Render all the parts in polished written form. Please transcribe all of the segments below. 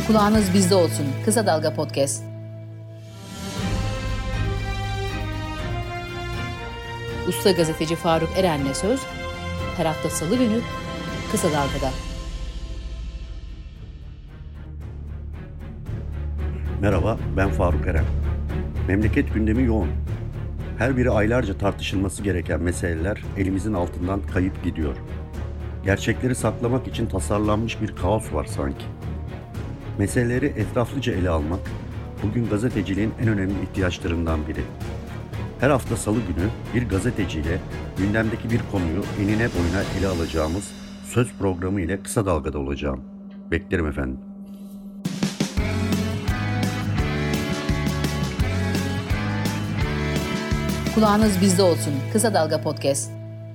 Kulağınız bizde olsun. Kısa Dalga Podcast. Usta gazeteci Faruk Eren'le söz, her hafta Salı günü Kısa Dalga'da. Merhaba, ben Faruk Eren. Memleket gündemi yoğun. Her biri aylarca tartışılması gereken meseleler elimizin altından kayıp gidiyor. Gerçekleri saklamak için tasarlanmış bir kaos var sanki. Meseleleri etraflıca ele almak, bugün gazeteciliğin en önemli ihtiyaçlarından biri. Her hafta Salı günü bir gazeteciyle gündemdeki bir konuyu enine boyuna ele alacağımız söz programı ile Kısa Dalga'da olacağım. Beklerim efendim. Kulağınız bizde olsun. Kısa Dalga Podcast.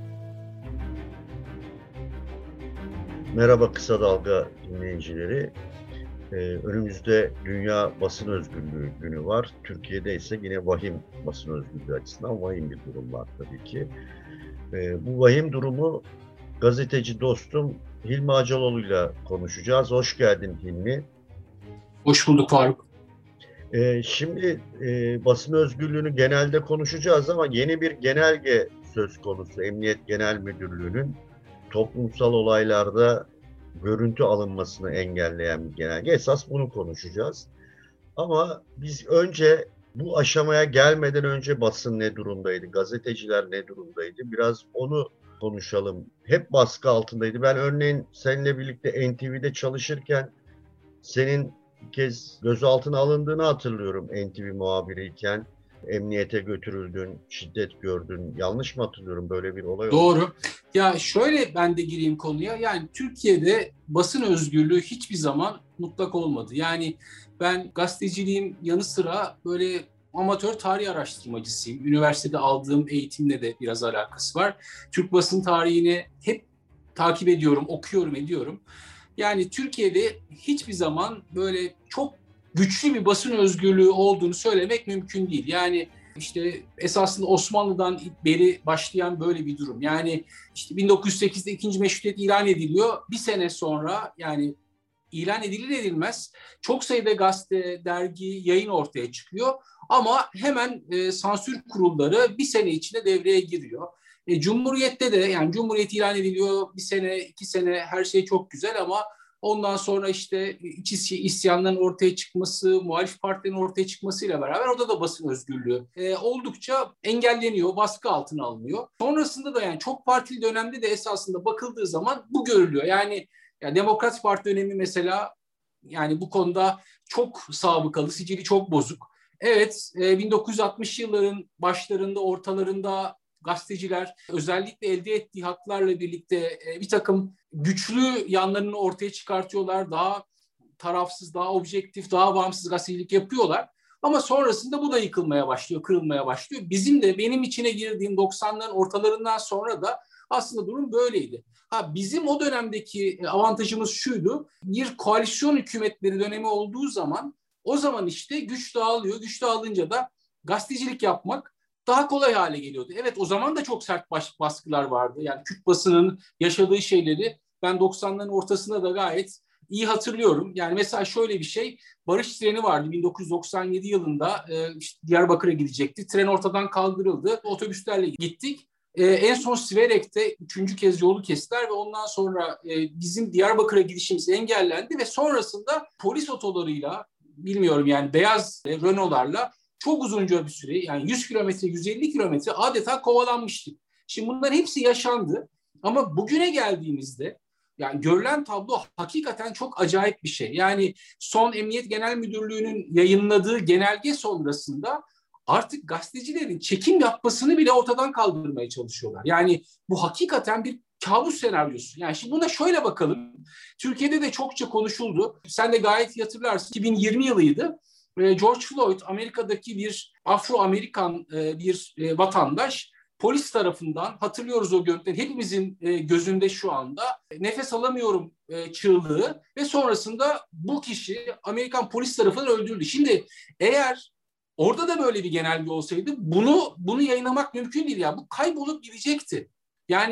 Merhaba Kısa Dalga dinleyicileri. Önümüzde Dünya Basın Özgürlüğü Günü var. Türkiye'de ise yine vahim basın özgürlüğü açısından vahim bir durum var tabii ki. Bu vahim durumu gazeteci dostum Hilmi Acaloğlu'yla konuşacağız. Hoş geldin Hilmi. Hoş bulduk Faruk. Şimdi basın özgürlüğünü genelde konuşacağız ama yeni bir genelge söz konusu. Emniyet Genel Müdürlüğü'nün toplumsal olaylarda görüntü alınmasını engelleyen bir genelge. Esas bunu konuşacağız. Ama biz önce bu aşamaya gelmeden önce basın ne durumdaydı, gazeteciler ne durumdaydı? Biraz onu konuşalım. Hep baskı altındaydı. Ben örneğin seninle birlikte NTV'de çalışırken senin bir kez gözaltına alındığını hatırlıyorum NTV muhabiriyken. Emniyete götürüldün, şiddet gördün. Yanlış mı hatırlıyorum? Böyle bir olay oldu. Doğru. Ya şöyle ben de gireyim konuya. Yani Türkiye'de basın özgürlüğü hiçbir zaman mutlak olmadı. Yani ben gazeteciliğim yanı sıra böyle amatör tarih araştırmacısıyım. Üniversitede aldığım eğitimle de biraz alakası var. Türk basın tarihini hep takip ediyorum, okuyorum, ediyorum. Yani Türkiye'de hiçbir zaman böyle çok güçlü bir basın özgürlüğü olduğunu söylemek mümkün değil. Yani işte esasında Osmanlı'dan beri başlayan böyle bir durum. Yani işte 1908'de ikinci meşrutiyet ilan ediliyor. Bir sene sonra yani ilan edilir edilmez çok sayıda gazete, dergi, yayın ortaya çıkıyor. Ama hemen sansür kurulları bir sene içinde devreye giriyor. Cumhuriyet'te de yani Cumhuriyet ilan ediliyor bir sene, 2 sene her şey çok güzel ama ondan sonra işte iç isyanların ortaya çıkması, muhalif partilerin ortaya çıkmasıyla beraber orada da basın özgürlüğü oldukça engelleniyor, baskı altına alınıyor. Sonrasında da yani çok partili dönemde de esasında bakıldığı zaman bu görülüyor. Yani Demokrat Parti dönemi mesela yani bu konuda çok sabıkalı, sicili çok bozuk. Evet, 1960 yılların başlarında, ortalarında gazeteciler özellikle elde ettiği haklarla birlikte bir takım güçlü yanlarını ortaya çıkartıyorlar. Daha tarafsız, daha objektif, daha bağımsız gazetecilik yapıyorlar. Ama sonrasında bu da yıkılmaya başlıyor, kırılmaya başlıyor. Benim içine girdiğim 90'ların ortalarından sonra da aslında durum böyleydi. Bizim o dönemdeki avantajımız şuydu. Bir koalisyon hükümetleri dönemi olduğu zaman o zaman işte güç dağılıyor. Güç dağılınca da gazetecilik yapmak daha kolay hale geliyordu. Evet o zaman da çok sert baskılar vardı. Yani Kürt basının yaşadığı şeyleri ben 90'ların ortasında da gayet iyi hatırlıyorum. Yani mesela şöyle bir şey, barış treni vardı 1997 yılında işte Diyarbakır'a gidecekti. Tren ortadan kaldırıldı. Otobüslerle gittik. En son Siverek'te 3. kez yolu kestiler ve ondan sonra bizim Diyarbakır'a gidişimiz engellendi ve sonrasında polis otolarıyla bilmiyorum yani beyaz Renault'larla çok uzunca bir süre yani 100 kilometre 150 kilometre adeta kovalanmıştık. Şimdi bunların hepsi yaşandı ama bugüne geldiğimizde yani görülen tablo hakikaten çok acayip bir şey. Yani son Emniyet Genel Müdürlüğü'nün yayınladığı genelge sonrasında artık gazetecilerin çekim yapmasını bile ortadan kaldırmaya çalışıyorlar. Yani bu hakikaten bir kabus senaryosu. Yani şimdi buna şöyle bakalım. Türkiye'de de çokça konuşuldu. Sen de gayet iyi hatırlarsın. 2020 yılıydı. George Floyd Amerika'daki bir Afro-Amerikan bir vatandaş polis tarafından hatırlıyoruz o görüntüleri. Hepimizin gözünde şu anda nefes alamıyorum çığlığı ve sonrasında bu kişi Amerikan polis tarafından öldürüldü. Şimdi eğer orada da böyle bir genelge olsaydı bunu yayınlamak mümkün değil ya. Bu kaybolup gidecekti. Yani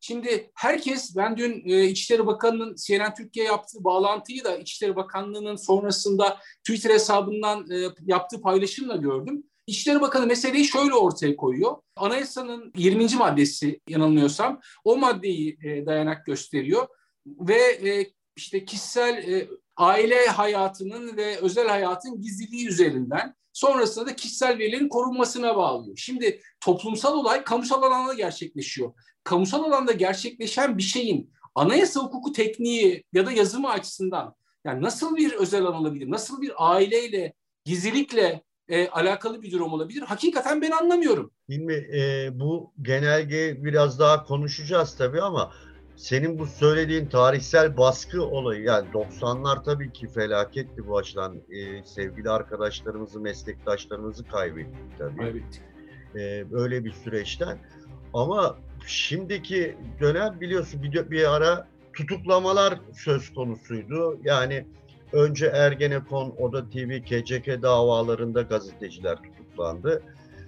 Şimdi herkes, ben dün İçişleri Bakanı'nın CNN Türkiye yaptığı bağlantıyı da İçişleri Bakanlığı'nın sonrasında Twitter hesabından yaptığı paylaşımla gördüm. İçişleri Bakanı meseleyi şöyle ortaya koyuyor. Anayasanın 20. maddesi yanılmıyorsam o maddeyi dayanak gösteriyor ve işte kişisel aile hayatının ve özel hayatın gizliliği üzerinden sonrasında da kişisel verilerin korunmasına bağlıyor. Şimdi toplumsal olay kamusal alanda gerçekleşiyor. Kamusal alanda gerçekleşen bir şeyin anayasa hukuku tekniği ya da yazımı açısından yani nasıl bir özel alan olabilir, nasıl bir aileyle, gizlilikle alakalı bir durum olabilir? Hakikaten ben anlamıyorum. Şimdi bu genelge biraz daha konuşacağız tabii ama senin bu söylediğin tarihsel baskı olayı, yani 90'lar tabii ki felaketti bu açıdan. Sevgili arkadaşlarımızı, meslektaşlarımızı kaybettik tabii. Evet. Öyle bir süreçten. Ama şimdiki dönem biliyorsun bir ara tutuklamalar söz konusuydu. Yani önce Ergenekon, Oda TV, KCK davalarında gazeteciler tutuklandı.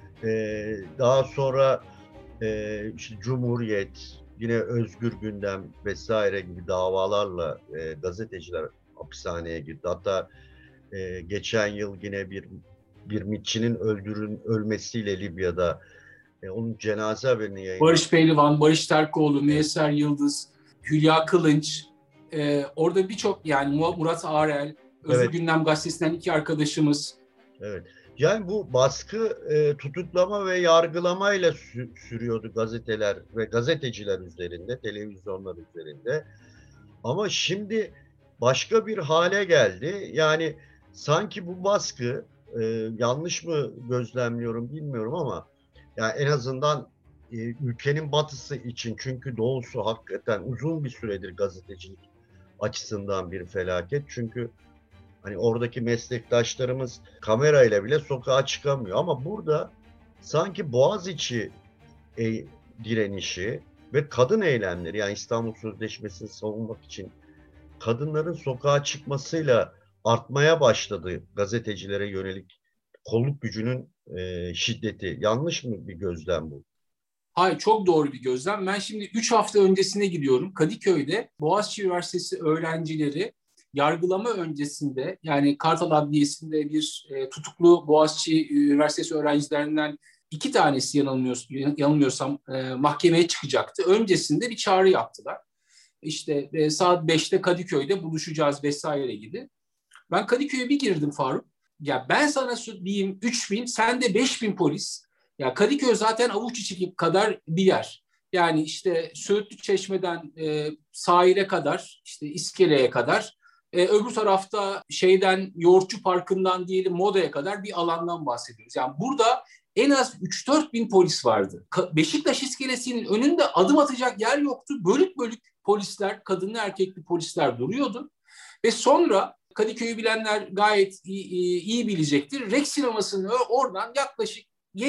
Daha sonra işte Cumhuriyet, yine Özgür Gündem vesaire gibi davalarla gazeteciler hapishaneye girdi. Hatta geçen yıl yine bir MİT'çinin ölmesiyle Libya'da onun cenaze haberini yayınladı. Barış Pehlivan, Barış Terkoğlu, Müyesser Yıldız, Hülya Kılınç, orada birçok yani Murat Arel, Özgür Gündem Gazetesi'nden 2 arkadaşımız. Evet. Yani bu baskı tutuklama ve yargılamayla sürüyordu gazeteler ve gazeteciler üzerinde, televizyonlar üzerinde. Ama şimdi başka bir hale geldi. Yani sanki bu baskı yanlış mı gözlemliyorum bilmiyorum ama yani en azından ülkenin batısı için, çünkü doğusu hakikaten uzun bir süredir gazetecilik açısından bir felaket. Çünkü hani oradaki meslektaşlarımız kamerayla bile sokağa çıkamıyor. Ama burada sanki Boğaziçi direnişi ve kadın eylemleri, yani İstanbul Sözleşmesi'ni savunmak için kadınların sokağa çıkmasıyla artmaya başladı gazetecilere yönelik kolluk gücünün şiddeti. Yanlış mı bir gözlem bu? Hayır, çok doğru bir gözlem. Ben şimdi 3 hafta öncesine gidiyorum. Kadıköy'de Boğaziçi Üniversitesi öğrencileri yargılama öncesinde, yani Kartal Adliyesi'nde bir tutuklu Boğaziçi Üniversitesi öğrencilerinden 2 tanesi yanılmıyorsam mahkemeye çıkacaktı. Öncesinde bir çağrı yaptılar. İşte saat 5'te Kadıköy'de buluşacağız vesaire gibi. Ben Kadıköy'e bir girdim Faruk. Ya ben sana diyeyim 3.000, sen de 5.000 polis. Ya Kadıköy zaten avuç içi kadar bir yer. Yani işte Söğütlü Çeşme'den sahile kadar, işte İskele'ye kadar, öbür tarafta şeyden Yoğurtçu Parkı'ndan diyelim Moda'ya kadar bir alandan bahsediyoruz. Yani burada en az 3-4 bin polis vardı. Beşiktaş İskelesi'nin önünde adım atacak yer yoktu. Bölük bölük polisler, kadınlı erkekli polisler duruyordu. Ve sonra Kadıköy'ü bilenler gayet iyi bilecektir. Rex sinemasının oradan yaklaşık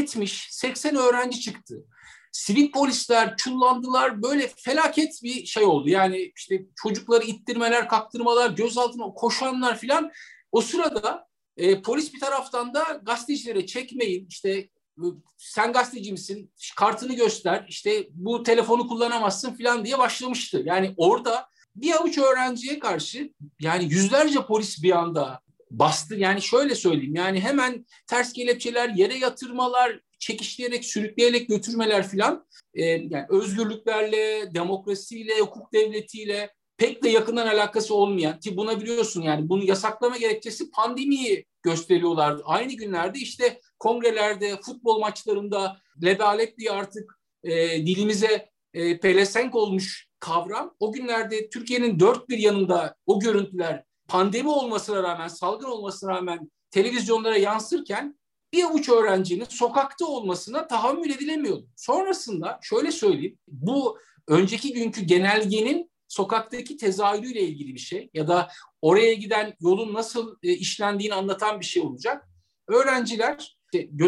70-80 öğrenci çıktı. Sivil polisler çullandılar. Böyle felaket bir şey oldu. Yani işte çocukları ittirmeler, kaktırmalar, gözaltına koşanlar filan. O sırada polis bir taraftan da gazetecilere çekmeyin, işte sen gazeteci misin, kartını göster, işte bu telefonu kullanamazsın filan diye başlamıştı. Yani orada bir avuç öğrenciye karşı yani yüzlerce polis bir anda bastı. Yani şöyle söyleyeyim, yani hemen ters kelepçeler, yere yatırmalar, çekişleyerek, sürükleyerek götürmeler filan. Yani özgürlüklerle, demokrasiyle, hukuk devletiyle pek de yakından alakası olmayan, ki buna biliyorsun yani bunu yasaklama gerekçesi pandemiyi gösteriyorlardı. Aynı günlerde işte kongrelerde, futbol maçlarında ledalet diye artık dilimize pelesenk olmuş kavram. O günlerde Türkiye'nin dört bir yanında o görüntüler pandemi olmasına rağmen, salgın olmasına rağmen televizyonlara yansırken bir avuç öğrencinin sokakta olmasına tahammül edilemiyordu. Sonrasında şöyle söyleyeyim, bu önceki günkü genelgenin sokaktaki tezahürüyle ilgili bir şey ya da oraya giden yolun nasıl işlendiğini anlatan bir şey olacak. Öğrenciler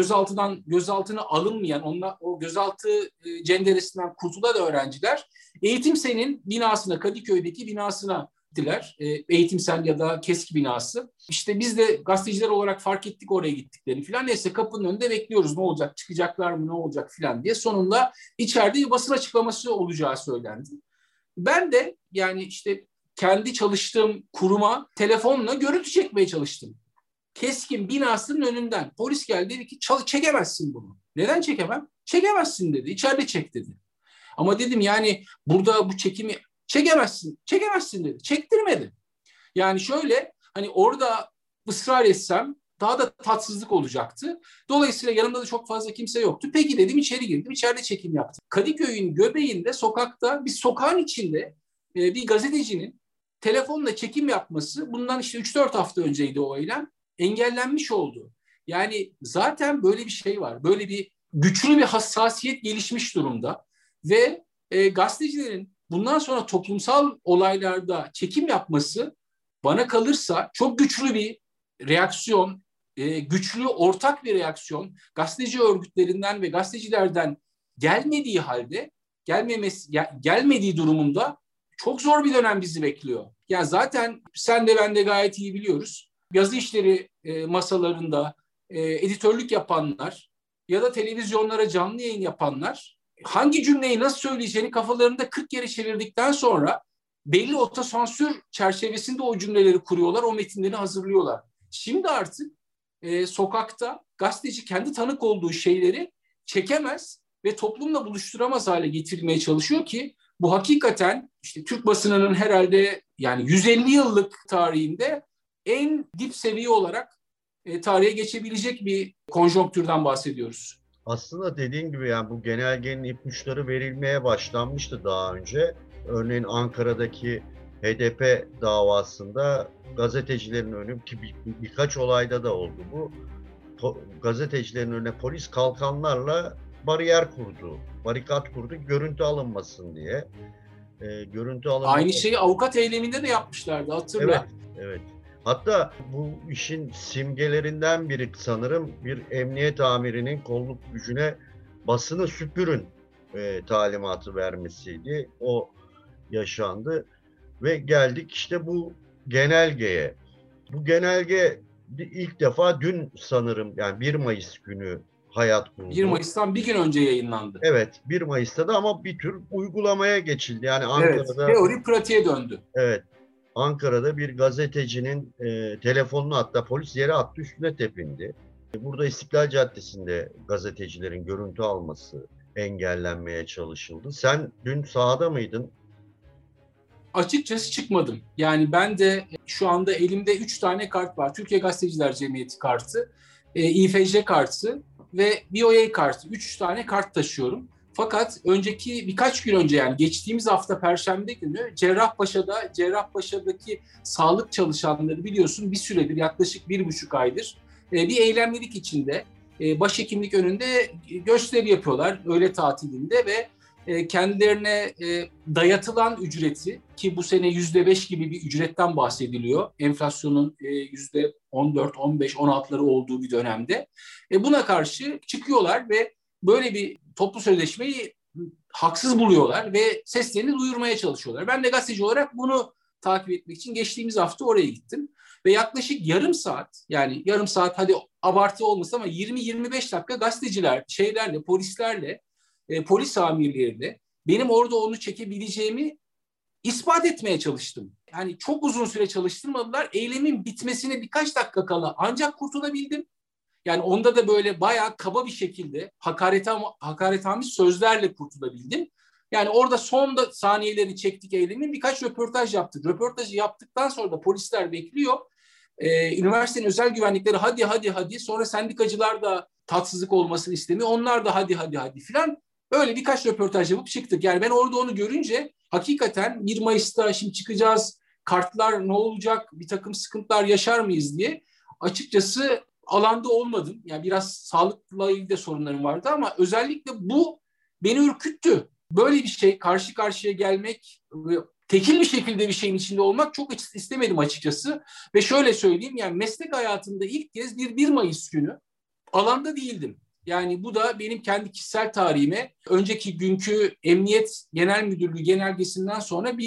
gözaltına alınmayan, o gözaltı cenderesinden kurtulan öğrenciler Eğitim Sen'in binasına, Kadıköy'deki binasına Eğitimsel ya da KESK binası. İşte biz de gazeteciler olarak fark ettik oraya gittiklerini falan. Neyse kapının önünde bekliyoruz, ne olacak, çıkacaklar mı, ne olacak falan diye. Sonunda içeride bir basın açıklaması olacağı söylendi. Ben de yani işte kendi çalıştığım kuruma telefonla görüntü çekmeye çalıştım. KESK'in binasının önünden. Polis geldi, dedi ki çekemezsin bunu. Neden çekemem? Çekemezsin dedi. İçeride çek dedi. Ama dedim yani burada bu çekimi çekemezsin dedi. Çektirmedi. Yani şöyle hani orada ısrar etsem daha da tatsızlık olacaktı. Dolayısıyla yanımda da çok fazla kimse yoktu. Peki dedim, içeri girdim. İçeride çekim yaptım. Kadıköy'ün göbeğinde, sokakta, bir sokağın içinde bir gazetecinin telefonla çekim yapması, bundan işte 3-4 hafta önceydi o eylem, engellenmiş oldu. Yani zaten böyle bir şey var. Böyle bir güçlü bir hassasiyet gelişmiş durumda. Ve gazetecilerin bundan sonra toplumsal olaylarda çekim yapması bana kalırsa çok güçlü bir reaksiyon, güçlü ortak bir reaksiyon gazeteci örgütlerinden ve gazetecilerden gelmediği halde, gelmediği durumunda çok zor bir dönem bizi bekliyor. Yani zaten sen de ben de gayet iyi biliyoruz. Yazı işleri masalarında editörlük yapanlar ya da televizyonlara canlı yayın yapanlar hangi cümleyi nasıl söyleyeceğini kafalarında 40 kere çevirdikten sonra belli otosansür çerçevesinde o cümleleri kuruyorlar, o metinleri hazırlıyorlar. Şimdi artık sokakta gazeteci kendi tanık olduğu şeyleri çekemez ve toplumla buluşturamaz hale getirilmeye çalışıyor ki bu hakikaten işte Türk basınının herhalde yani 150 yıllık tarihinde en dip seviye olarak tarihe geçebilecek bir konjonktürden bahsediyoruz. Aslında dediğin gibi yani bu genelgenin ipuçları verilmeye başlanmıştı daha önce. Örneğin Ankara'daki HDP davasında gazetecilerin önü ki birkaç olayda da oldu bu. Gazetecilerin önüne polis kalkanlarla barikat kurdu görüntü alınmasın diye. Görüntü alınmasın. Aynı şeyi avukat eyleminde de yapmışlardı, hatırla. Evet. Hatta bu işin simgelerinden biri sanırım bir emniyet amirinin kolluk gücüne basını süpürün talimatı vermesiydi. O yaşandı ve geldik işte bu genelgeye. Bu genelge ilk defa dün sanırım yani 1 Mayıs günü hayat buldu. 1 Mayıs'tan bir gün önce yayınlandı. Evet, 1 Mayıs'ta da ama bir tür uygulamaya geçildi. Yani Ankara'da teori pratiğe döndü. Evet. Ankara'da bir gazetecinin telefonunu hatta polis yere attı, üstüne tepindi. Burada İstiklal Caddesi'nde gazetecilerin görüntü alması engellenmeye çalışıldı. Sen dün sahada mıydın? Açıkçası çıkmadım. Yani ben de şu anda elimde 3 tane kart var. Türkiye Gazeteciler Cemiyeti kartı, İFC kartı ve VOA kartı. 3 tane kart taşıyorum. Fakat önceki birkaç gün önce yani geçtiğimiz hafta Perşembe günü Cerrahpaşa'daki sağlık çalışanları biliyorsun bir süredir yaklaşık 1,5 aydır bir eylemlilik içinde başhekimlik önünde gösteri yapıyorlar öğle tatilinde ve kendilerine dayatılan ücreti ki bu sene %5 gibi bir ücretten bahsediliyor. Enflasyonun %14, 15, 16'ları olduğu bir dönemde. Buna karşı çıkıyorlar ve böyle bir toplu sözleşmeyi haksız buluyorlar ve seslerini duyurmaya çalışıyorlar. Ben de gazeteci olarak bunu takip etmek için geçtiğimiz hafta oraya gittim. Ve yaklaşık yarım saat hadi abartı olmasın ama 20-25 dakika gazeteciler, polislerle, polis amirleriyle benim orada onu çekebileceğimi ispat etmeye çalıştım. Yani çok uzun süre çalıştırmadılar. Eylemin bitmesine birkaç dakika kala ancak kurtulabildim. Yani onda da böyle bayağı kaba bir şekilde hakaretamiz sözlerle kurtulabildim. Yani orada son saniyeleri çektik eylemin, birkaç röportaj yaptık. Röportajı yaptıktan sonra da polisler bekliyor. Üniversitenin özel güvenlikleri hadi sonra sendikacılar da tatsızlık olmasını istemiyor. Onlar da hadi filan. Öyle birkaç röportaj yapıp çıktık. Yani ben orada onu görünce hakikaten 1 Mayıs'ta şimdi çıkacağız, kartlar ne olacak, bir takım sıkıntılar yaşar mıyız diye açıkçası alanda olmadım. Yani biraz sağlıkla ilgili de sorunlarım vardı ama özellikle bu beni ürküttü. Böyle bir şey karşı karşıya gelmek, tekil bir şekilde bir şeyin içinde olmak çok istemedim açıkçası. Ve şöyle söyleyeyim yani meslek hayatımda ilk kez 1 Mayıs günü alanda değildim. Yani bu da benim kendi kişisel tarihime önceki günkü Emniyet Genel Müdürlüğü genelgesinden sonra bir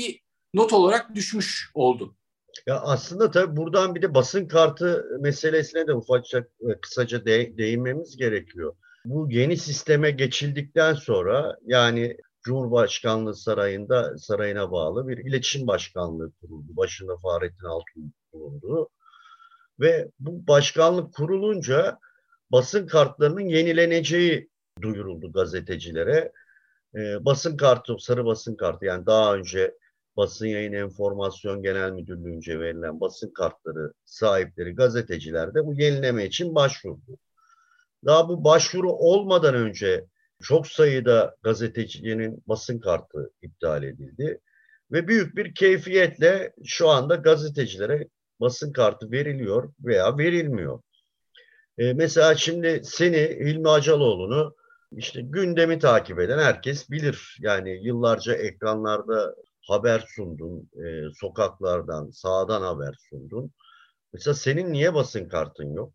not olarak düşmüş oldu. Ya aslında tabii buradan bir de basın kartı meselesine de kısaca değinmemiz gerekiyor. Bu yeni sisteme geçildikten sonra yani Cumhurbaşkanlığı sarayına bağlı bir iletişim başkanlığı kuruldu. Başında Fahrettin Altun bulundu. Ve bu başkanlık kurulunca basın kartlarının yenileneceği duyuruldu gazetecilere. Basın kartı, sarı basın kartı yani daha önce Basın Yayın Enformasyon Genel Müdürlüğü'nce verilen basın kartları sahipleri gazeteciler de bu yenileme için başvurdu. Daha bu başvuru olmadan önce çok sayıda gazetecinin basın kartı iptal edildi ve büyük bir keyfiyetle şu anda gazetecilere basın kartı veriliyor veya verilmiyor. Mesela şimdi seni, Hilmi Acaloğlu'nu işte gündemi takip eden herkes bilir. Yani yıllarca ekranlarda haber sundun, sokaklardan, sahadan haber sundun. Mesela senin niye basın kartın yok?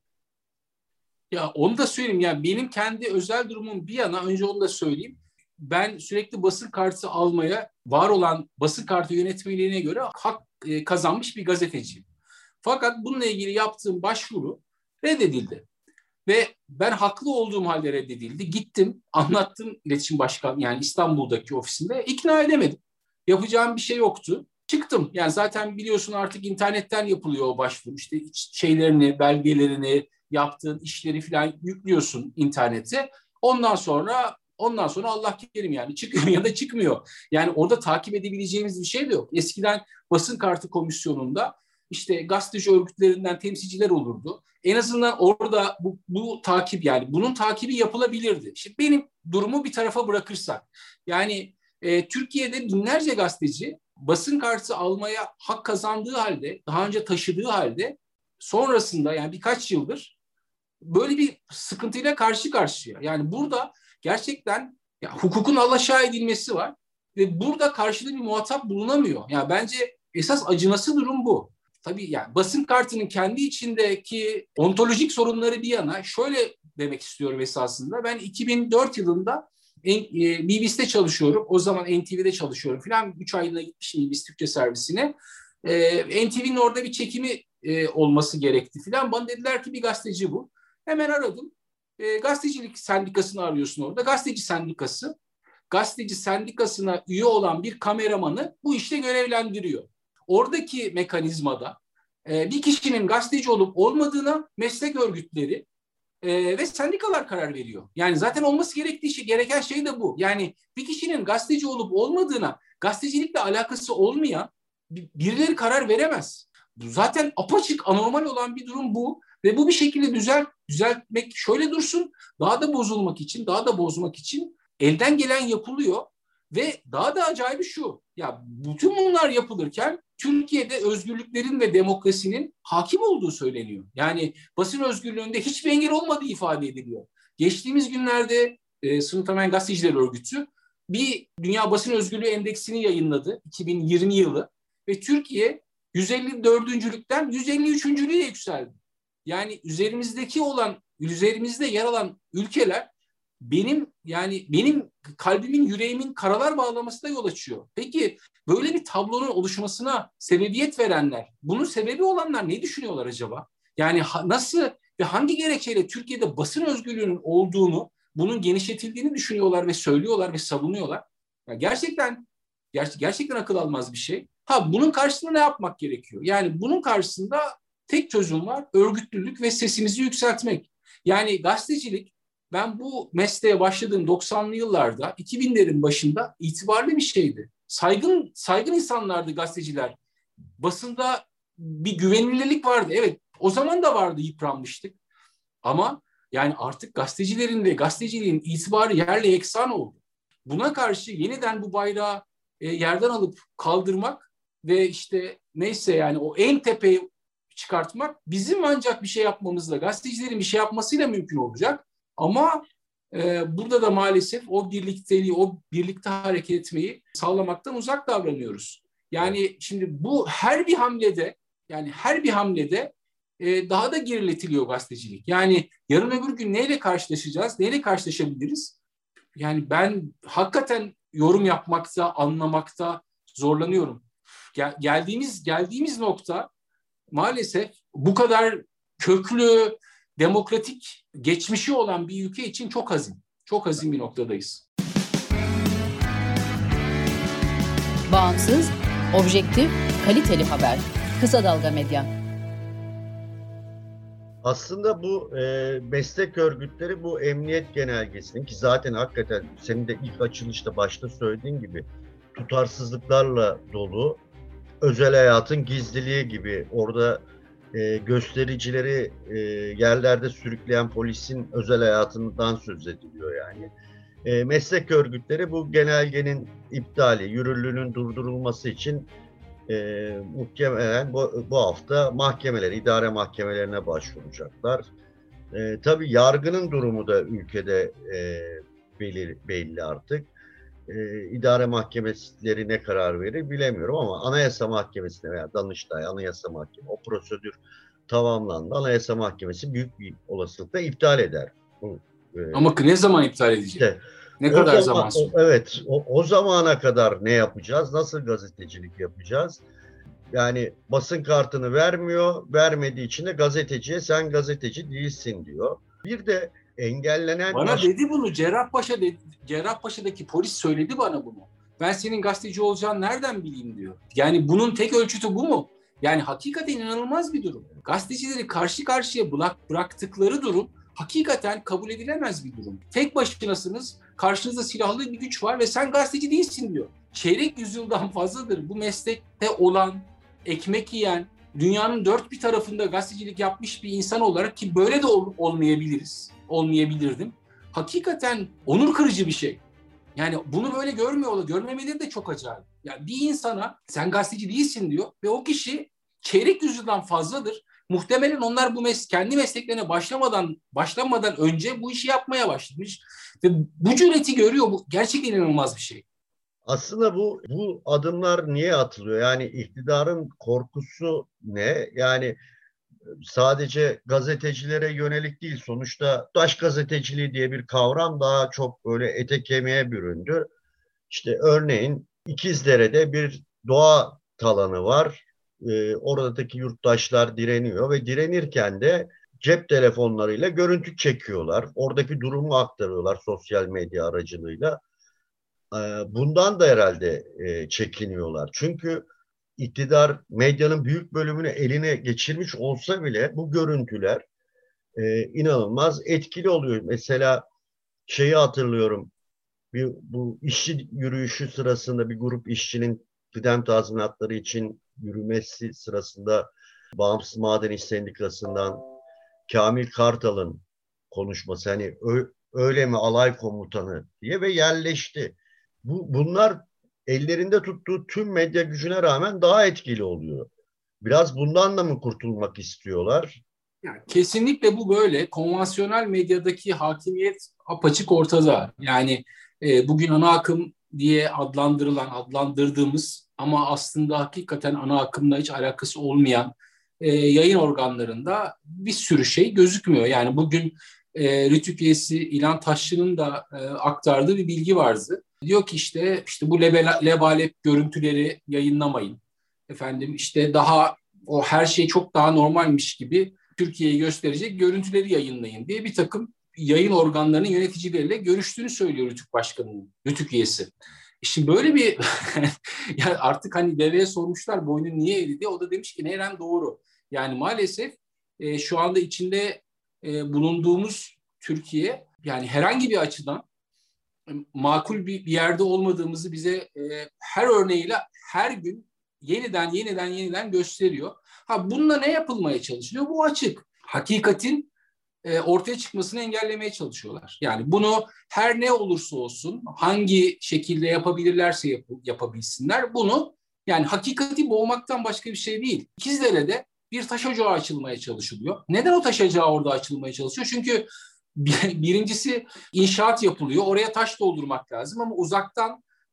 Ya onu da söyleyeyim. Yani benim kendi özel durumum bir yana, önce onu da söyleyeyim. Ben sürekli basın kartı almaya, var olan basın kartı yönetmeliğine göre hak kazanmış bir gazeteciyim. Fakat bununla ilgili yaptığım başvuru reddedildi. Ve ben haklı olduğum halde reddedildi. Gittim, anlattım iletişim başkanı yani İstanbul'daki ofisinde. İkna edemedim. Yapacağım bir şey yoktu. Çıktım. Yani zaten biliyorsun artık internetten yapılıyor o başvuru. İşte şeylerini, belgelerini, yaptığın işleri falan yüklüyorsun internete. Ondan sonra Allah kerim yani çıkıyor ya da çıkmıyor. Yani orada takip edebileceğimiz bir şey de yok. Eskiden basın kartı komisyonunda işte gazeteci örgütlerinden temsilciler olurdu. En azından orada bu takip yani bunun takibi yapılabilirdi. Şimdi benim durumu bir tarafa bırakırsak yani Türkiye'de binlerce gazeteci basın kartı almaya hak kazandığı halde, daha önce taşıdığı halde sonrasında yani birkaç yıldır böyle bir sıkıntıyla karşı karşıya. Yani burada gerçekten ya, hukukun alaşağı edilmesi var ve burada karşılığı bir muhatap bulunamıyor. Yani bence esas acınası durum bu. Tabii yani basın kartının kendi içindeki ontolojik sorunları bir yana şöyle demek istiyorum esasında. Ben 2004 yılında BBC'de çalışıyorum. O zaman NTV'de çalışıyorum filan. 3 aylığına gitmişim BBC Türkçe servisine. NTV'nin orada bir çekimi olması gerekti filan. Bana dediler ki bir gazeteci bu. Hemen aradım. Gazetecilik sendikasını arıyorsun orada. Gazeteci sendikasına üye olan bir kameramanı bu işte görevlendiriyor. Oradaki mekanizmada bir kişinin gazeteci olup olmadığına meslek örgütleri ve sendikalar karar veriyor. Yani zaten olması gereken şey de bu. Yani bir kişinin gazeteci olup olmadığına gazetecilikle alakası olmayan birileri karar veremez. Zaten apaçık anormal olan bir durum bu ve bu bir şekilde düzeltmek şöyle dursun, daha da bozmak için elden gelen yapılıyor ve daha da acayibi şu. Ya bütün bunlar yapılırken Türkiye'de özgürlüklerin ve demokrasinin hakim olduğu söyleniyor. Yani basın özgürlüğünde hiçbir engel olmadığı ifade ediliyor. Geçtiğimiz günlerde Sınıf Temen Gazeteciler Örgütü bir Dünya Basın Özgürlüğü Endeksini yayınladı 2020 yılı ve Türkiye 154'lükten 153'lüğe yükseldi. Yani üzerimizde yer alan ülkeler benim kalbimin, yüreğimin karalar bağlamasına yol açıyor. Peki böyle bir tablonun oluşmasına sebebiyet verenler, bunun sebebi olanlar ne düşünüyorlar acaba? Yani nasıl ve hangi gerekçeyle Türkiye'de basın özgürlüğünün olduğunu, bunun genişletildiğini düşünüyorlar ve söylüyorlar ve savunuyorlar? Yani gerçekten akıl almaz bir şey. Bunun karşısında ne yapmak gerekiyor? Yani bunun karşısında tek çözüm var, örgütlülük ve sesimizi yükseltmek. Yani gazetecilik, ben bu mesleğe başladığım 90'lı yıllarda, 2000'lerin başında itibarlı bir şeydi. Saygın insanlardı gazeteciler. Basında bir güvenilirlik vardı. Evet, o zaman da vardı, yıpranmıştık. Ama yani artık gazetecilerin ve gazeteciliğin itibarı yerle yeksan oldu. Buna karşı yeniden bu bayrağı yerden alıp kaldırmak ve işte neyse yani o en tepeye çıkartmak bizim ancak bir şey yapmamızla, gazetecilerin bir şey yapmasıyla mümkün olacak. Ama burada da maalesef o birlikteliği, o birlikte hareket etmeyi sağlamaktan uzak davranıyoruz. Yani şimdi bu her bir hamlede daha da geriletiliyor gazetecilik. Yani yarın öbür gün neyle karşılaşacağız, neyle karşılaşabiliriz? Yani ben hakikaten yorum yapmakta, anlamakta zorlanıyorum. geldiğimiz nokta maalesef bu kadar köklü, demokratik geçmişi olan bir ülke için çok hazin. Çok hazin bir noktadayız. Bağımsız, objektif, kaliteli haber. Kısa Dalga Medya. Aslında bu meslek örgütleri bu emniyet genelgesinin, ki zaten hakikaten senin de ilk açılışta başta söylediğin gibi tutarsızlıklarla dolu, özel hayatın gizliliği gibi, orada göstericileri yerlerde sürükleyen polisin özel hayatından söz ediliyor yani. Meslek örgütleri bu genelgenin iptali, yürürlüğünün durdurulması için muhtemelen bu hafta idare mahkemelerine başvuracaklar. Tabii yargının durumu da ülkede belli artık. İdare mahkemeleri ne karar verir bilemiyorum ama Anayasa Mahkemesi'ne veya Danıştay, Anayasa Mahkemesi o prosedür tamamlandı. Anayasa Mahkemesi büyük bir olasılıkla iptal eder. Ama ne zaman iptal edecek? İşte, ne kadar zaman sonra? Evet, o zamana kadar ne yapacağız? Nasıl gazetecilik yapacağız? Yani basın kartını vermediği için de gazeteciye sen gazeteci değilsin diyor. Bir de engellenen... Bana dedi bunu Cerrahpaşa'daki polis söyledi bana bunu. Ben senin gazeteci olacağını nereden bileyim diyor. Yani bunun tek ölçütü bu mu? Yani hakikaten inanılmaz bir durum. Gazetecileri karşı karşıya bıraktıkları durum hakikaten kabul edilemez bir durum. Tek başınasınız, karşınızda silahlı bir güç var ve sen gazeteci değilsin diyor. Çeyrek yüzyıldan fazladır bu meslekte olan, ekmek yiyen, dünyanın dört bir tarafında gazetecilik yapmış bir insan olarak, ki böyle de olmayabilirdim. Hakikaten onur kırıcı bir şey. Yani bunu böyle görmemeleri de çok acayip. Yani bir insana sen gazeteci değilsin diyor ve o kişi çeyrek yüzyıldan fazladır. Muhtemelen onlar kendi mesleklerine başlamadan önce bu işi yapmaya başlamış ve bu cüreti görüyor. Bu gerçekten inanılmaz bir şey. Aslında bu adımlar niye atılıyor? Yani iktidarın korkusu ne? Yani sadece gazetecilere yönelik değil. Sonuçta taş gazeteciliği diye bir kavram daha çok böyle ete kemiğe büründü. İşte örneğin İkizdere'de bir doğa talanı var. Oradaki yurttaşlar direniyor ve direnirken de cep telefonlarıyla görüntü çekiyorlar. Oradaki durumu aktarıyorlar sosyal medya aracılığıyla. Bundan da herhalde çekiniyorlar. Çünkü iktidar medyanın büyük bölümünü eline geçirmiş olsa bile bu görüntüler inanılmaz etkili oluyor. Mesela şeyi hatırlıyorum. Bu işçi yürüyüşü sırasında bir grup işçinin kıdem tazminatları için yürümesi sırasında Bağımsız Maden İş Sendikası'ndan Kamil Kartal'ın konuşması, hani öyle mi alay komutanı diye, ve yerleşti. Bunlar ellerinde tuttuğu tüm medya gücüne rağmen daha etkili oluyor. Biraz bundan da mı kurtulmak istiyorlar? Yani kesinlikle bu böyle. Konvansiyonel medyadaki hakimiyet apaçık ortada. Yani bugün ana akım diye adlandırdığımız ama aslında hakikaten ana akımla hiç alakası olmayan yayın organlarında bir sürü şey gözükmüyor. Yani bugün Rütük üyesi İlhan Taşçı'nın da aktardığı bir bilgi vardı. Diyor ki işte bu lebalep görüntüleri yayınlamayın. Efendim işte o her şey çok daha normalmiş gibi Türkiye'yi gösterecek görüntüleri yayınlayın diye bir takım yayın organlarının yöneticileriyle görüştüğünü söylüyor Rütük Başkanı'nın, Rütük üyesi. Şimdi böyle bir yani artık hani deveye sormuşlar boynun niye eğri diye, o da demiş ki neren doğru. Yani maalesef şu anda içinde bulunduğumuz Türkiye, yani herhangi bir açıdan makul bir yerde olmadığımızı bize her örneğiyle her gün yeniden gösteriyor. Bununla ne yapılmaya çalışılıyor? Bu açık. Hakikatin ortaya çıkmasını engellemeye çalışıyorlar. Yani bunu her ne olursa olsun, hangi şekilde yapabilirlerse yapabilsinler. Bunu, yani hakikati boğmaktan başka bir şey değil. İkizdere'de bir taş ocağı açılmaya çalışılıyor. Neden o taş ocağı orada açılmaya çalışıyor? Çünkü birincisi inşaat yapılıyor. Oraya taş doldurmak lazım ama uzaktan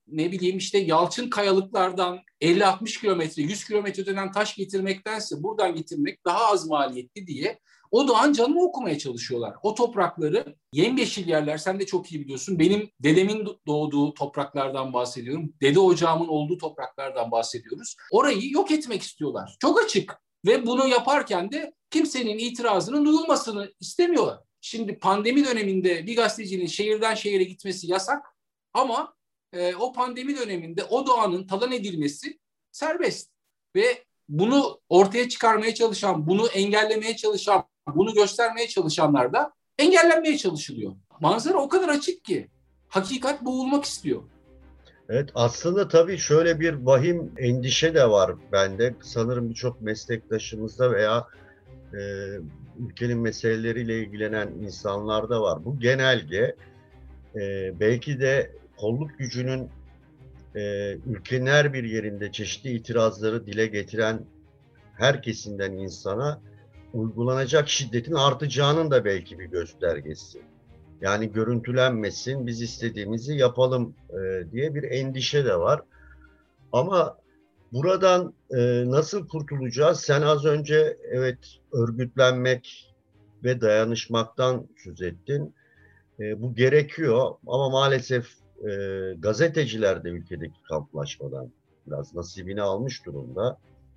ne bileyim işte Yalçın Kayalıklardan 50-60 kilometre, 100 kilometreden taş getirmektense buradan getirmek daha az maliyetli diye o doğanın canını okumaya çalışıyorlar. O toprakları yemyeşil yerler, sen de çok iyi biliyorsun. Benim dedemin doğduğu topraklardan bahsediyorum. Dede ocağımın olduğu topraklardan bahsediyoruz. Orayı yok etmek istiyorlar. Çok açık. Ve bunu yaparken de kimsenin itirazının duyulmasını istemiyorlar. Şimdi pandemi döneminde bir gazetecinin şehirden şehire gitmesi yasak ama o pandemi döneminde o doğanın talan edilmesi serbest. Ve bunu ortaya çıkarmaya çalışan, bunu engellemeye çalışan, bunu göstermeye çalışanlar da engellenmeye çalışılıyor. Manzara o kadar açık ki hakikat boğulmak istiyor. Evet, aslında tabii şöyle bir vahim endişe de var bende. Sanırım birçok meslektaşımızda veya e, ülkenin meseleleriyle ilgilenen insanlarda var. Bu genelge belki de kolluk gücünün ülkenin her bir yerinde çeşitli itirazları dile getiren her kesimden insana uygulanacak şiddetin artacağının da belki bir göstergesi. Yani görüntülenmesin, biz istediğimizi yapalım diye bir endişe de var. Ama buradan nasıl kurtulacağız? Sen az önce evet örgütlenmek ve dayanışmaktan söz ettin. Bu gerekiyor ama maalesef gazeteciler de ülkedeki kamplaşmadan biraz nasibini almış durumda.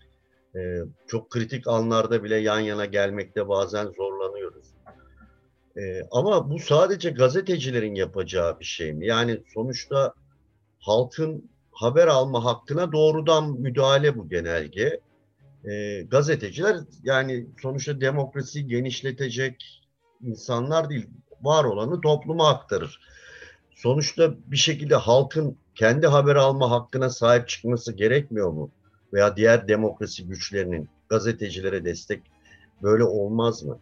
Çok kritik anlarda bile yan yana gelmekte bazen zorlanıyoruz. Ama bu sadece gazetecilerin yapacağı bir şey mi? Yani sonuçta halkın haber alma hakkına doğrudan müdahale bu genelge. Gazeteciler yani sonuçta demokrasiyi genişletecek insanlar değil, var olanı topluma aktarır. Sonuçta bir şekilde halkın kendi haber alma hakkına sahip çıkması gerekmiyor mu? Veya diğer demokrasi güçlerinin gazetecilere destek böyle olmaz mı?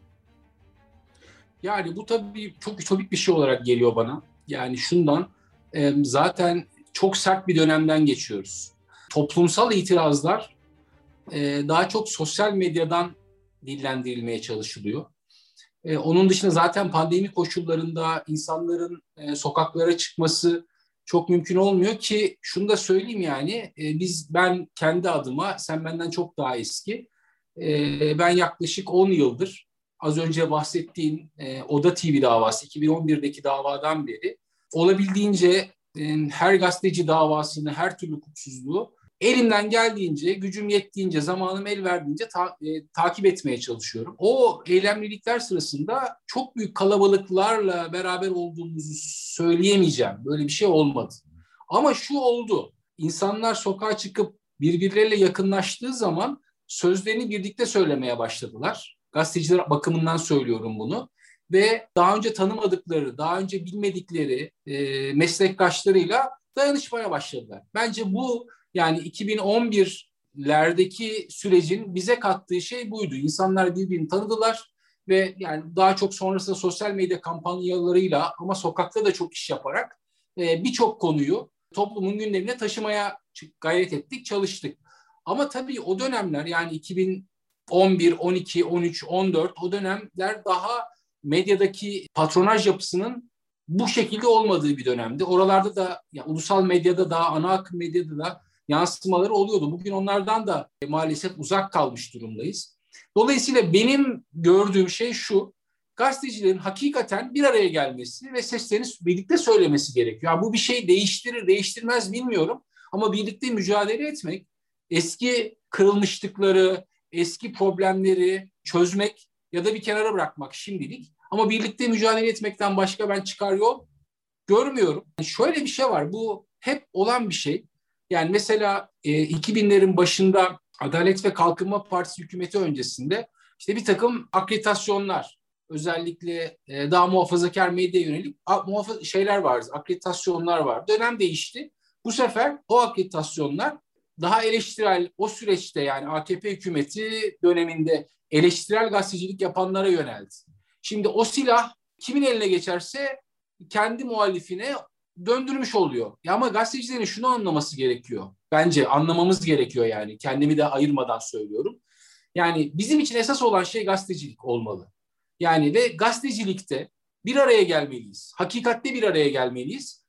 Yani bu tabii çok ütopik bir şey olarak geliyor bana. Yani şundan, zaten çok sert bir dönemden geçiyoruz. Toplumsal itirazlar daha çok sosyal medyadan dillendirilmeye çalışılıyor. Onun dışında zaten pandemi koşullarında insanların sokaklara çıkması çok mümkün olmuyor ki şunu da söyleyeyim yani ben kendi adıma, sen benden çok daha eski, ben yaklaşık 10 yıldır az önce bahsettiğin Oda TV davası 2011'deki davadan beri olabildiğince her gazeteci davasını, her türlü hukuksuzluğu elimden geldiğince, gücüm yettiğince, zamanım el verdiğince takip etmeye çalışıyorum. O eylemlilikler sırasında çok büyük kalabalıklarla beraber olduğumuzu söyleyemeyeceğim. Böyle bir şey olmadı. Ama şu oldu. İnsanlar sokağa çıkıp birbirleriyle yakınlaştığı zaman sözlerini birlikte söylemeye başladılar. Gazeteciler bakımından söylüyorum bunu. Ve daha önce tanımadıkları, daha önce bilmedikleri meslektaşlarıyla dayanışmaya başladılar. Bence bu yani 2011'lerdeki sürecin bize kattığı şey buydu. İnsanlar birbirini tanıdılar ve yani daha çok sonrasında sosyal medya kampanyalarıyla ama sokakta da çok iş yaparak birçok konuyu toplumun gündemine taşımaya gayret ettik, çalıştık. Ama tabii o dönemler yani 2011, 12, 13, 14 o dönemler daha medyadaki patronaj yapısının bu şekilde olmadığı bir dönemdi. Oralarda da ya, ulusal medyada da ana akım medyada da yansımaları oluyordu. Bugün onlardan da maalesef uzak kalmış durumdayız. Dolayısıyla benim gördüğüm şey şu: gazetecilerin hakikaten bir araya gelmesi ve seslerini birlikte söylemesi gerekiyor. Yani bu bir şey değiştirir, değiştirmez bilmiyorum. Ama birlikte mücadele etmek, eski kırılmışlıkları, eski problemleri çözmek ya da bir kenara bırakmak şimdilik. Ama birlikte mücadele etmekten başka ben çıkar yol görmüyorum. Şöyle bir şey var, bu hep olan bir şey. Yani mesela 2000'lerin başında Adalet ve Kalkınma Partisi hükümeti öncesinde işte bir takım akreditasyonlar, özellikle daha muhafazakar medyaya yönelik şeyler vardı, akreditasyonlar var. Dönem değişti. Bu sefer o akreditasyonlar daha eleştirel, o süreçte yani AKP hükümeti döneminde eleştirel gazetecilik yapanlara yöneldi. Şimdi o silah kimin eline geçerse kendi muhalifine döndürmüş oluyor. Ya ama gazetecilerin şunu anlaması gerekiyor. Bence anlamamız gerekiyor yani. Kendimi de ayırmadan söylüyorum. Yani bizim için esas olan şey gazetecilik olmalı. Yani ve gazetecilikte bir araya gelmeliyiz. Hakikatte bir araya gelmeliyiz.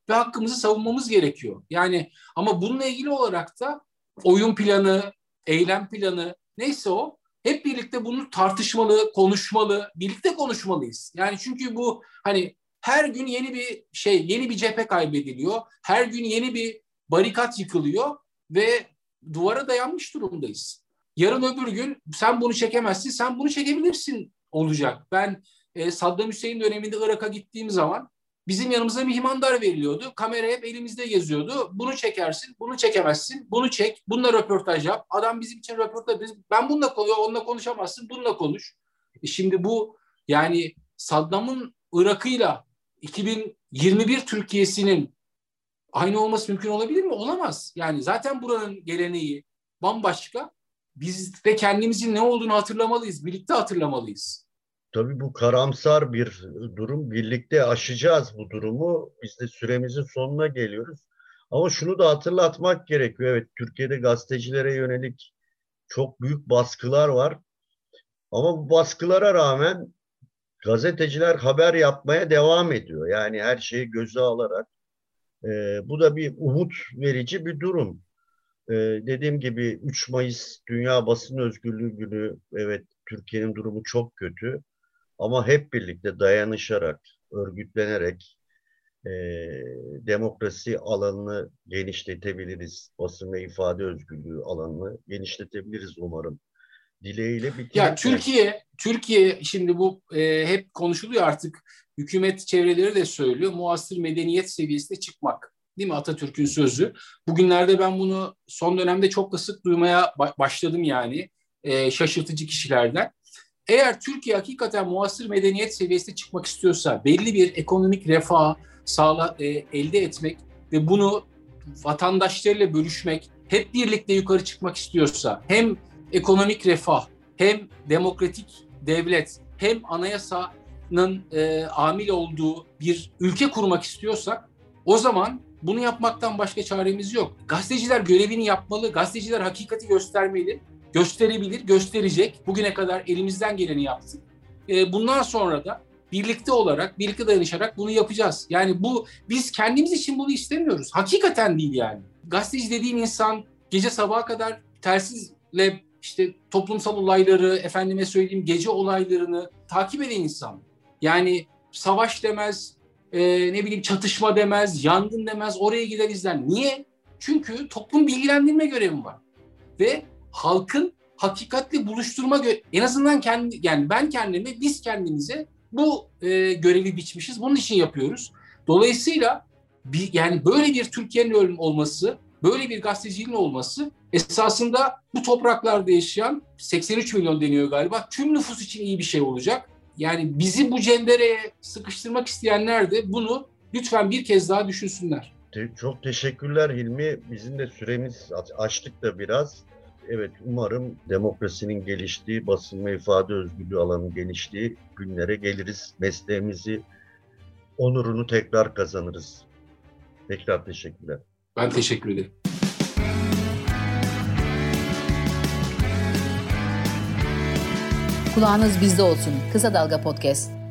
ve hakkımızı savunmamız gerekiyor. Yani ama bununla ilgili olarak da oyun planı, eylem planı neyse o hep birlikte bunu tartışmalı, konuşmalı, birlikte konuşmalıyız. Yani çünkü bu hani her gün yeni bir yeni bir cephe kaybediliyor. Her gün yeni bir barikat yıkılıyor ve duvara dayanmış durumdayız. Yarın öbür gün sen bunu çekemezsin, sen bunu çekebilirsin olacak. Ben Saddam Hüseyin döneminde Irak'a gittiğim zaman bizim yanımıza mihmandar veriliyordu. Kamera hep elimizde geziyordu. Bunu çekersin, bunu çekemezsin, bunu çek, bununla röportaj yap. Adam bizim için röportaj, ben onunla konuşamazsın, bununla konuş. Şimdi bu yani Saddam'ın Irak'ıyla 2021 Türkiye'sinin aynı olması mümkün olabilir mi? Olamaz. Yani zaten buranın geleneği bambaşka. Biz de kendimizin ne olduğunu hatırlamalıyız, birlikte hatırlamalıyız. Tabii bu karamsar bir durum. Birlikte aşacağız bu durumu. Biz de süremizin sonuna geliyoruz. Ama şunu da hatırlatmak gerekiyor. Evet, Türkiye'de gazetecilere yönelik çok büyük baskılar var. Ama bu baskılara rağmen gazeteciler haber yapmaya devam ediyor. Yani her şeyi göze alarak. Bu da bir umut verici bir durum. Dediğim gibi 3 Mayıs Dünya Basın Özgürlüğü Günü. Evet, Türkiye'nin durumu çok kötü. Ama hep birlikte dayanışarak, örgütlenerek demokrasi alanını genişletebiliriz. Basın ve ifade özgürlüğü alanını genişletebiliriz umarım. Dileğiyle bitirelim. Ya Türkiye şimdi bu hep konuşuluyor artık. Hükümet çevreleri de söylüyor. Muasır medeniyet seviyesine çıkmak. Değil mi Atatürk'ün sözü? Bugünlerde ben bunu son dönemde çok da sık duymaya başladım yani. Şaşırtıcı kişilerden. Eğer Türkiye hakikaten muasır medeniyet seviyesine çıkmak istiyorsa, belli bir ekonomik refah elde etmek ve bunu vatandaşlarıyla bölüşmek, hep birlikte yukarı çıkmak istiyorsa, hem ekonomik refah, hem demokratik devlet, hem anayasanın amil olduğu bir ülke kurmak istiyorsak, o zaman bunu yapmaktan başka çaremiz yok. Gazeteciler görevini yapmalı, gazeteciler hakikati göstermeli. Gösterebilir, gösterecek. Bugüne kadar elimizden geleni yaptık. Bundan sonra da birlikte olarak, birlikte dayanışarak bunu yapacağız. Yani biz kendimiz için bunu istemiyoruz. Hakikaten değil yani. Gazeteci dediğin insan gece sabaha kadar telsizle işte toplumsal olayları, efendime söyleyeyim gece olaylarını takip eden insan. Yani savaş demez, çatışma demez, yangın demez, oraya gider izler. Niye? Çünkü toplum bilgilendirme görevi var. Ve halkın hakikatle buluşturma en azından biz kendimize bu görevi biçmişiz. Bunun için yapıyoruz. Dolayısıyla yani böyle bir Türkiye'nin olması, böyle bir gazeteciliğin olması esasında bu topraklarda yaşayan 83 milyon deniyor galiba. Tüm nüfus için iyi bir şey olacak. Yani bizi bu cendereye sıkıştırmak isteyenler de bunu lütfen bir kez daha düşünsünler. Çok teşekkürler Hilmi. Bizim de süremiz açtık da biraz. Evet, umarım demokrasinin geliştiği, basın ve ifade özgürlüğü alanının geliştiği günlere geliriz. Mesleğimizi, onurunu tekrar kazanırız. Tekrar teşekkürler. Ben teşekkür ederim. Kulağınız bizde olsun. Kısa Dalga Podcast.